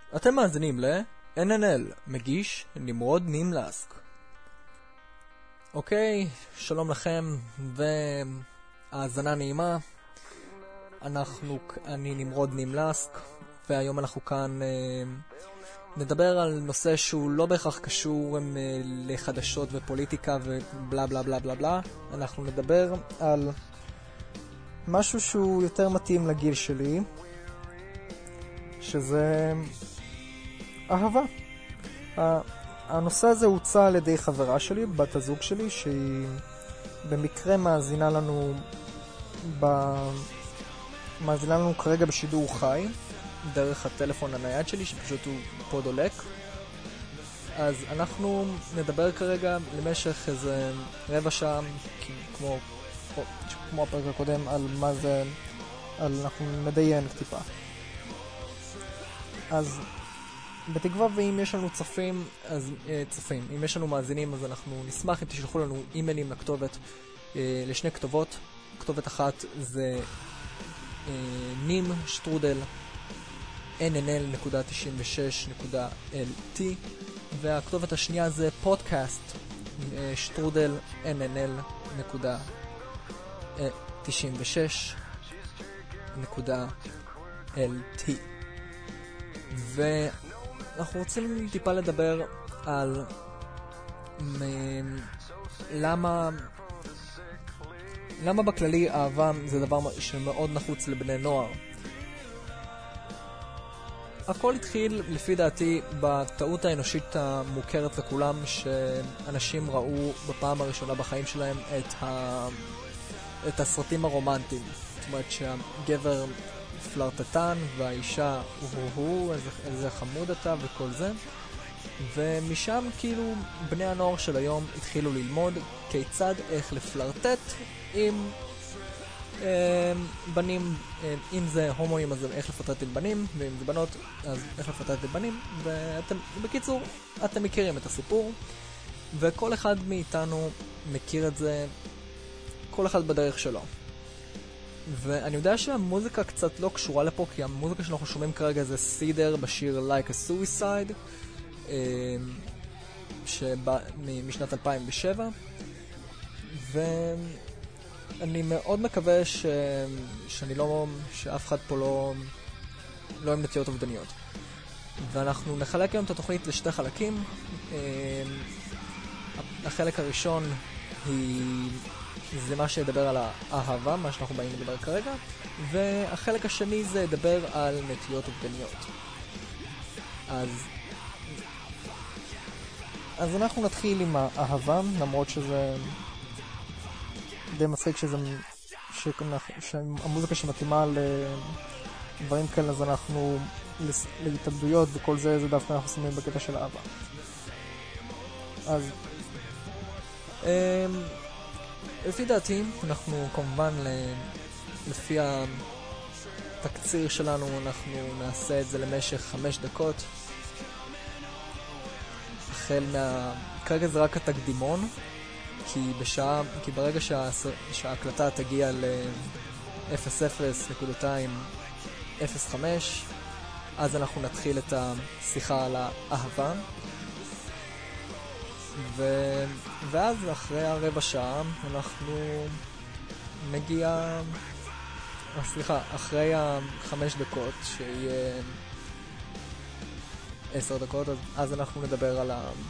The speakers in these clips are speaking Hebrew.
אתם מאזינים ל-NNL, מגיש נמרוד נימלסק. אוקיי, שלום לכם והאזנה נעימה. אני נמרוד נימלסק, והיום אנחנו כאן נדבר על נושא שהוא לא בהכרח קשור לחדשות ופוליטיקה ובלה בלה בלה בלה בלה. אנחנו נדבר על משהו שהוא יותר מתאים לגיל שלי, שזה אהבה. הנושא הזה הוצע על ידי חברה שלי, בת הזוג שלי, שהיא במקרה מאזינה לנו כרגע בשידור חי דרך הטלפון הנייד שלי, שפשוט הוא פה דולק. אז אנחנו נדבר כרגע למשך איזה רבע שעה, כמו הפרק הקודם, על מה זה, אנחנו נדיין טיפה. אז בתקווה, ואם יש לנו צופים, אם יש לנו מאזינים, אז אנחנו נשמח אם תשלחו לנו אימיילים לכתובת, לשני כתובות. כתובת אחת זה nim@nnl.96.lt, והכתובת השנייה זה podcast@nnl.96.lt. ואנחנו רוצים טיפה לדבר על למה בכללי אהבה זה דבר שמאוד נחוץ לבני נוער. הכל התחיל לפי דעתי בטעות האנושית המוכרת לכולם, שאנשים ראו בפעם הראשונה בחיים שלהם את הסרטים הרומנטיים. זאת אומרת שהגבר פלרטטן והאישה איזה חמוד אתה וכל זה, ומשם כאילו בני הנוער של היום התחילו ללמוד כיצד איך לפלרטט עם בנים. אם זה הומואים אז איך לפלרטט עם בנים, ואם זה בנות אז איך לפלרטט עם בנים. בקיצור, אתם מכירים את הסיפור, וכל אחד מאיתנו מכיר את זה, כל אחד בדרך שלו. ואני יודע שהמוזיקה קצת לא קשורה לפה, כי המוזיקה שאנחנו שומעים כרגע זה סידר בשיר Like a Suicide, משנת 2007, ואני מאוד מקווה שאף אחד פה לא עם נטיות אובדניות. ואנחנו נחלק היום את התוכנית לשתי חלקים. החלק הראשון זה מה שידבר על האהבה, מה שאנחנו באים לדבר כרגע, והחלק השני זה ידבר על נטיות אובדניות. אז אנחנו נתחיל עם האהבה, למרות שזה די מצחיק שהמוזיקה שמתאימה לדברים כאלה, אז אנחנו להתאבדויות וכל זה דווקא אנחנו שמים בקטע של האהבה. אז לפי דעתי, אנחנו כמובן לפי התקציר שלנו, אנחנו נעשה את זה למשך 5 דקות. כרגע זה רק התקדימון, כי ברגע שההקלטה תגיע ל-00.205, אז אנחנו נתחיל את השיחה על האהבה. ואז אחרי הרבע שעה אנחנו נגיע, אחרי 5 דקות שיהיה 10 דקות, אז אנחנו נדבר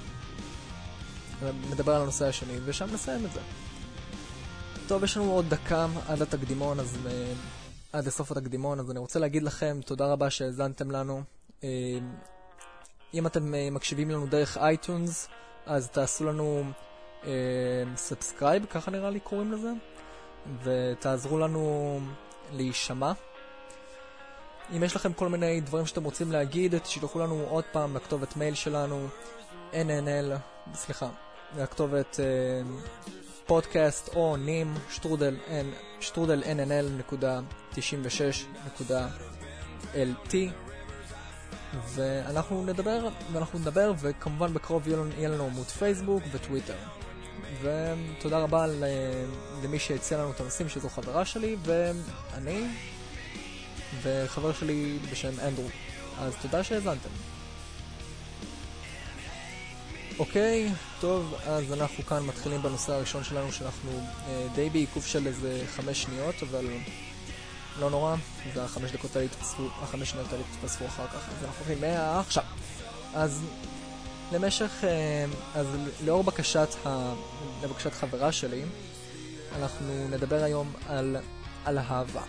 על הנושא השני, ושם נסיים את זה. טוב, יש לנו עוד דקה עד התקדימון, עד לסוף התקדימון, אז אני רוצה להגיד לכם תודה רבה שהאזנתם לנו. אם אתם מקשיבים לנו דרך אייטונס, אז תעשו לנו סאבסקרייב, ככה נראה לי קוראים לזה, ותעזרו לנו להישמע. אם יש לכם כל מיני דברים שאתם רוצים להגיד, תשלחו לנו עוד פעם לכתובת מייל שלנו, לכתובת פודקאסט או nim@nnl.96.lt, ואנחנו נדבר, וכמובן בקרוב יהיה לנו עמוד פייסבוק וטוויטר. ותודה רבה למי שהציע לנו את הנושאים, שזו חברה שלי, ואני וחבר שלי בשם אנדרו. אז תודה שהאזנתם. אוקיי, טוב, אז אנחנו כאן מתחילים בנושא הראשון שלנו, שאנחנו די בעיכוב של איזה 5 שניות, אבל לא נורא, זה 5 דקות האלה התפספו, 5 שניות האלה התפספו אחר כך, אז אנחנו הולכים מעכשיו. אז אז לאור לבקשת חברה שלי, אנחנו נדבר היום על אהבה.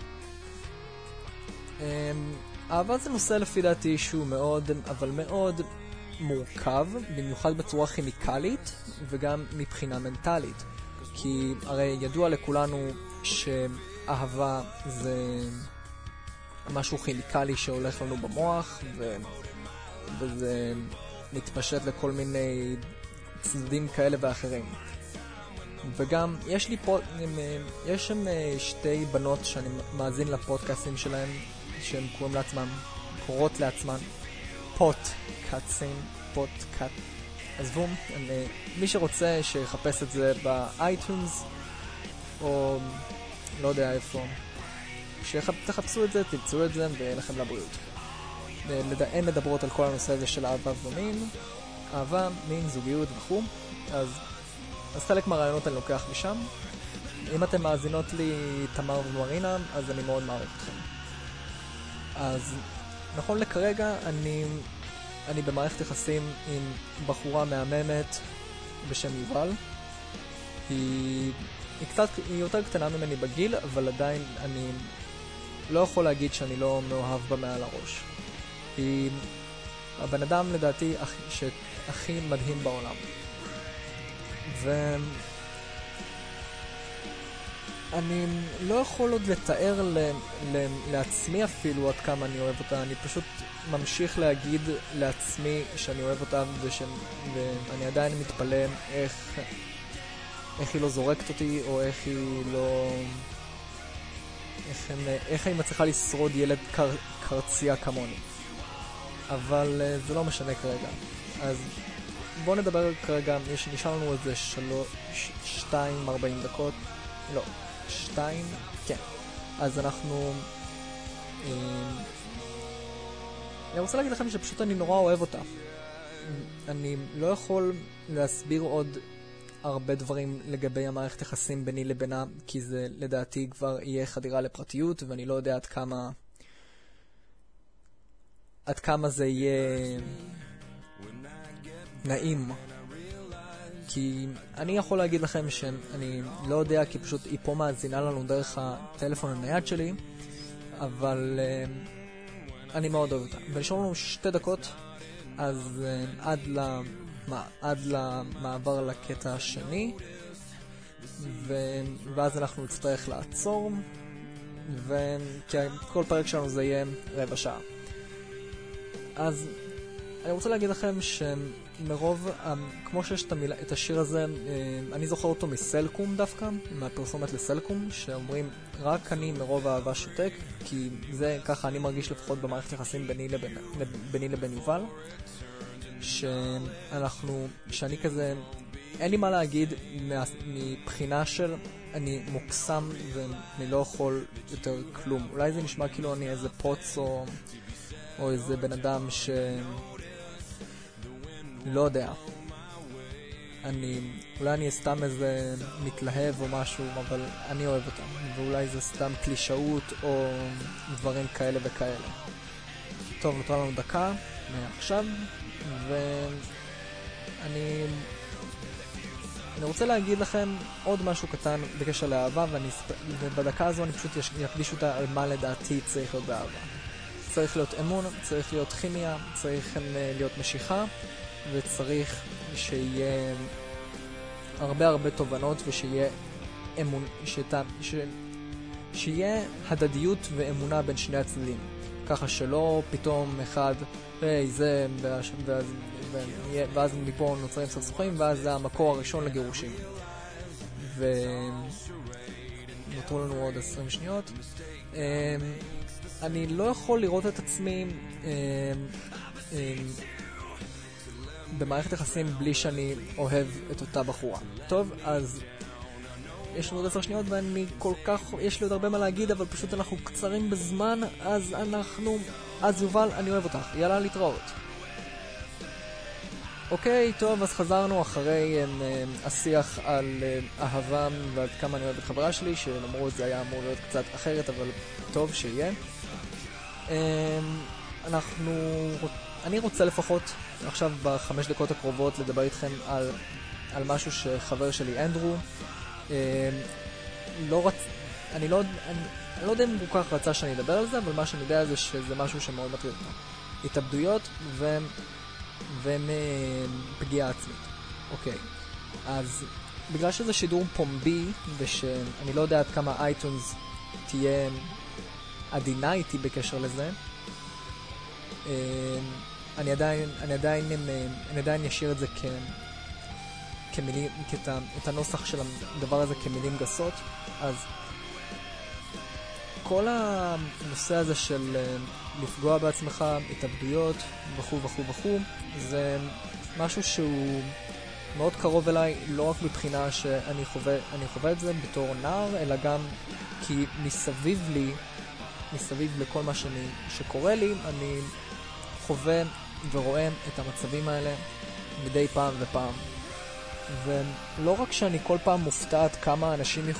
אהבה זה נושא לפי דעתי שהוא מאוד, אבל מאוד מורכב, במיוחד בצורה כימיקלית וגם מבחינה מנטלית. כי הרי ידוע לכולנו שאהבה זה משהו כימיקלי שהולך לנו במוח, וזה מתפשט לכל מיני צדדים כאלה ואחרים. וגם יש לי יש שם 2 בנות שאני מאזין לפודקאסטים שלהם, שהן קוראות לעצמן פודקאסט. עזבו, מי שרוצה שיחפש את זה באייטונס או לא יודע איפה, שתחפשו את זה, תמצאו את זה ויהיה לכם לבריאות. הן מדברות על כל הנושא הזה של אהבה ומין, אהבה, מין, זוגיות וכו'. אז חלק מהרעיונות אני לוקח משם. אם אתם מאזינות לי תמר ומרינה, אז אני מאוד מעריך אתכם. אז נכון לכרגע אני במערכת יחסים עם בחורה מהממת בשם יובל. היא יותר קטנה ממני בגיל, אבל עדיין אני לא יכול להגיד שאני לא מאוהב בה מעל הראש. היא הבן אדם לדעתי הכי מדהים בעולם. ואני לא יכול עוד לתאר לעצמי אפילו עד כמה אני אוהב אותה. אני פשוט ממשיך להגיד לעצמי שאני אוהב אותה, ואני עדיין מתפלא איך היא לא זורקת אותי, או איך היא מצליחה לשרוד ילד קרצייה כמוני. אבל זה לא משנה כרגע. אז בואו נדבר כרגע, נשאר לנו איזה 2:40 דקות. לא, 2, כן. אז אני רוצה להגיד לכם שפשוט אני נורא אוהב אותה. אני לא יכול להסביר עוד הרבה דברים לגבי המערכת יחסים ביני לבינה, כי זה לדעתי כבר יהיה חדירה לפרטיות, ואני לא יודע עד כמה זה יהיה נעים. כי אני יכול להגיד לכם שאני לא יודע, כי פשוט היא פה מאזינה לנו דרך הטלפון הנייד שלי, אבל אני מאוד אוהב אותה. ונשאר לנו 2 דקות, אז עד למעבר לקטע השני, ואז אנחנו נצטרך לעצור, כי כל פרק שלנו זה יהיה 15 שעה. אז אני רוצה להגיד לכם שמרוב, כמו שיש את השיר הזה, אני זוכר אותו מסלקום דווקא, מהפרסומת לסלקום, שאומרים רק אני מרוב אהבה שותק, כי זה ככה אני מרגיש לפחות במערכת יחסים ביני לבין יובל, שאני כזה, אין לי מה להגיד מבחינה של אני מוקסם ואני לא יכול יותר כלום. אולי זה נשמע כאילו אני איזה פוץ או איזה בן אדם לא יודע. אולי אני סתם איזה מתלהב או משהו, אבל אני אוהב אותם. ואולי זה סתם קלישאות או דברים כאלה וכאלה. טוב, נותרה לנו דקה מעכשיו, ואני רוצה להגיד לכם עוד משהו קטן בקשר לאהבה, ובדקה הזו אני פשוט יקדיש אותה על מה לדעתי צריך להיות באהבה. צריך להיות אמון, צריך להיות כימיה, צריך להיות משיכה, וצריך שיהיה הרבה תובנות, ושיהיה אמון, שיהיה הדדיות ואמונה בין שני הצדדים. ככה שלא פתאום אחד, זה, ואז מפה נוצרים סכסוכים, ואז זה המקור הראשון לגירושים. ונותרו לנו עוד 20 שניות. אני לא יכול לראות את עצמי במערכת יחסים בלי שאני אוהב את אותה בחורה. טוב, אז יש לנו עוד 10 שניות ואני יש לי עוד הרבה מה להגיד, אבל פשוט אנחנו קצרים בזמן, אז אנחנו אז יובל, אני אוהב אותך, יאללה להתראות. אוקיי, טוב, אז חזרנו אחרי השיח על אהבה ועד כמה אני אוהב את חברה שלי, שלמרות זה היה אמור להיות קצת אחרת, אבל טוב שיהיה. אני רוצה לפחות עכשיו בחמש דקות הקרובות לדבר איתכם על משהו שחבר שלי אנדרו אני לא יודע אם הוא כך רצה שאני אדבר על זה, אבל מה שאני יודע זה שזה משהו שמאוד מטריד אותו. התאבדויות ופגיעה עצמית. אוקיי. אז בגלל שזה שידור פומבי, ושאני לא יודע עד כמה אייטונס תהיה עדינה איתי בקשר לזה, אני עדיין ישאיר את זה כמילים, את הנוסח של הדבר הזה כמילים גסות. אז כל הנושא הזה של לפגוע בעצמך, התאבדויות וכו' וכו' וכו', זה משהו שהוא מאוד קרוב אליי, לא רק מבחינה שאני חווה את זה בתור נער, אלא גם כי מסביב לכל מה שקורה לי, אני חווה ורואה את המצבים האלה מדי פעם ופעם. ולא רק שאני כל פעם מופתעת כמה אנשים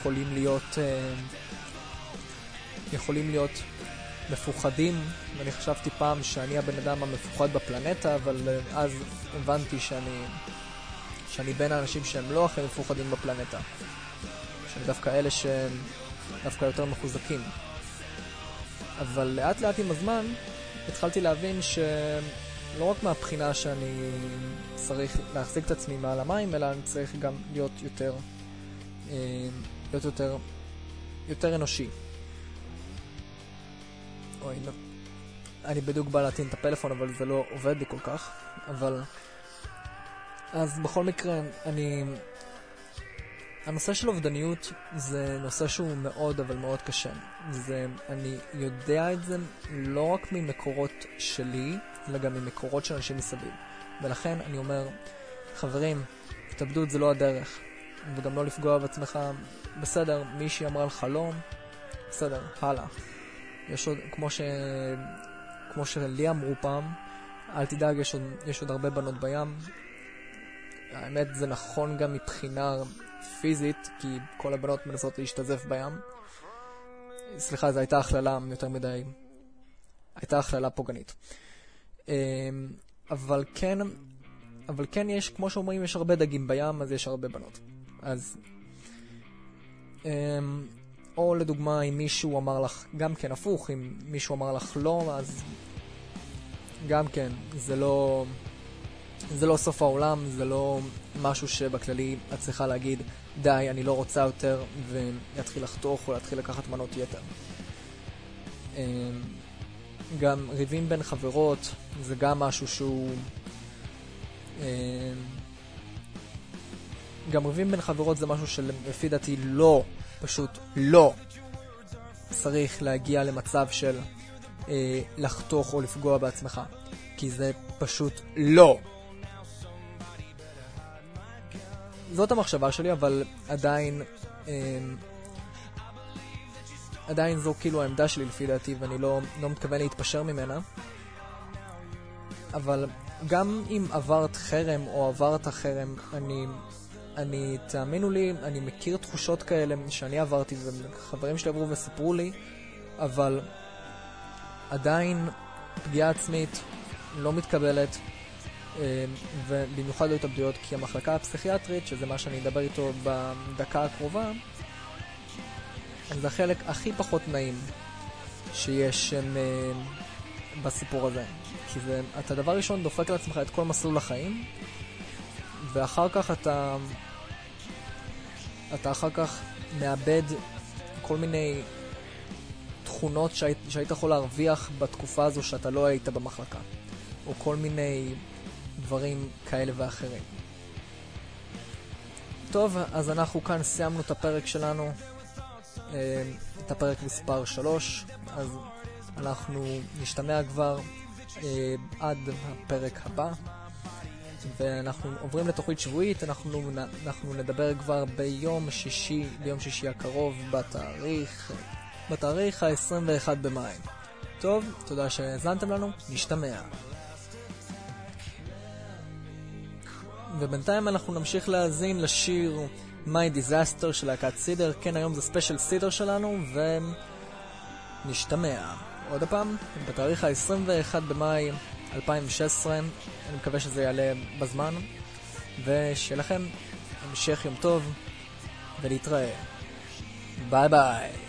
יכולים להיות מפוחדים, ואני חשבתי פעם שאני הבן אדם המפוחד בפלנטה, אבל אז הבנתי שאני בין האנשים שהם לא הכי מפוחדים בפלנטה, שאני דווקא אלה שהם דווקא יותר מחוזקים. אבל לאט לאט עם הזמן התחלתי להבין שלא רק מהבחינה שאני צריך להחזיק את עצמי מעל המים, אלא אני צריך גם להיות יותר אנושי. אוי, לא. אני בדיוק בא להטעין את הפלאפון, אבל זה לא עובד לי כל כך. אז בכל מקרה, הנושא של אובדניות זה נושא שהוא מאוד אבל מאוד קשה. אני יודע את זה לא רק ממקורות שלי, אלא גם ממקורות של אנשים מסביב. ולכן אני אומר, חברים, התאבדות זה לא הדרך, וגם לא לפגוע בעצמך. בסדר, מישהי אמרה לך לא, בסדר, הלאה. יש עוד, כמו שלי אמרו פעם, אל תדאג, יש עוד הרבה בנות בים. האמת זה נכון גם מבחינה פיזית, כי כל הבנות מנסות להשתזף בים. סליחה, זו הייתה הכללה יותר מדי, הייתה הכללה פוגענית. אבל כן יש, כמו שאומרים, יש הרבה דגים בים, אז יש הרבה בנות. אז או לדוגמה, אם מישהו אמר לך, גם כן הפוך, אם מישהו אמר לך לא, אז גם כן, זה לא סוף העולם, זה לא משהו שבכללי את צריכה להגיד, די, אני לא רוצה יותר, ויתחיל לחתוך או להתחיל לקחת מנות יתר. גם ריבים בין חברות, זה גם משהו שהוא... גם ריבים בין חברות זה משהו שלפי דעתי לא, פשוט לא צריך להגיע למצב של לחתוך או לפגוע בעצמך, כי זה פשוט לא. זאת המחשבה שלי, אבל עדיין זו כאילו העמדה שלי לפי דעתי, ואני לא מתכוון להתפשר ממנה. אבל גם אם עברת חרם או עברת חרם, אני תאמינו לי, אני מכיר תחושות כאלה שאני עברתי וחברים שלי עברו וסיפרו לי, אבל עדיין פגיעה עצמית לא מתקבלת, ובמיוחד להתאבדויות, כי המחלקה הפסיכיאטרית, שזה מה שאני אדבר איתו בדקה הקרובה, זה החלק הכי פחות נעים שיש בסיפור הזה. כי אתה דבר ראשון דופק לעצמך את כל מסלול החיים, ואחר כך אתה אחר כך מאבד כל מיני תכונות שהיית יכול להרוויח בתקופה הזו שאתה לא היית במחלקה, או כל מיני דברים כאלה ואחרים. טוב, אז אנחנו כאן סיימנו את הפרק שלנו, את הפרק מספר 3, אז אנחנו נשתמע כבר עד הפרק הבא, ואנחנו עוברים לתוכנית שבועית. אנחנו נדבר כבר ביום שישי הקרוב, בתאריך ה-21 במאי. טוב, תודה שהאזנתם לנו, נשתמע. ובינתיים אנחנו נמשיך להאזין לשיר My Disaster של להקת סידר. כן, היום זה ספיישל סידר שלנו, ונשתמע עוד פעם בתאריך ה-21 במאי 2016. אני מקווה שזה יעלה בזמן, ושיהיה לכם המשך יום טוב ולהתראה. ביי ביי.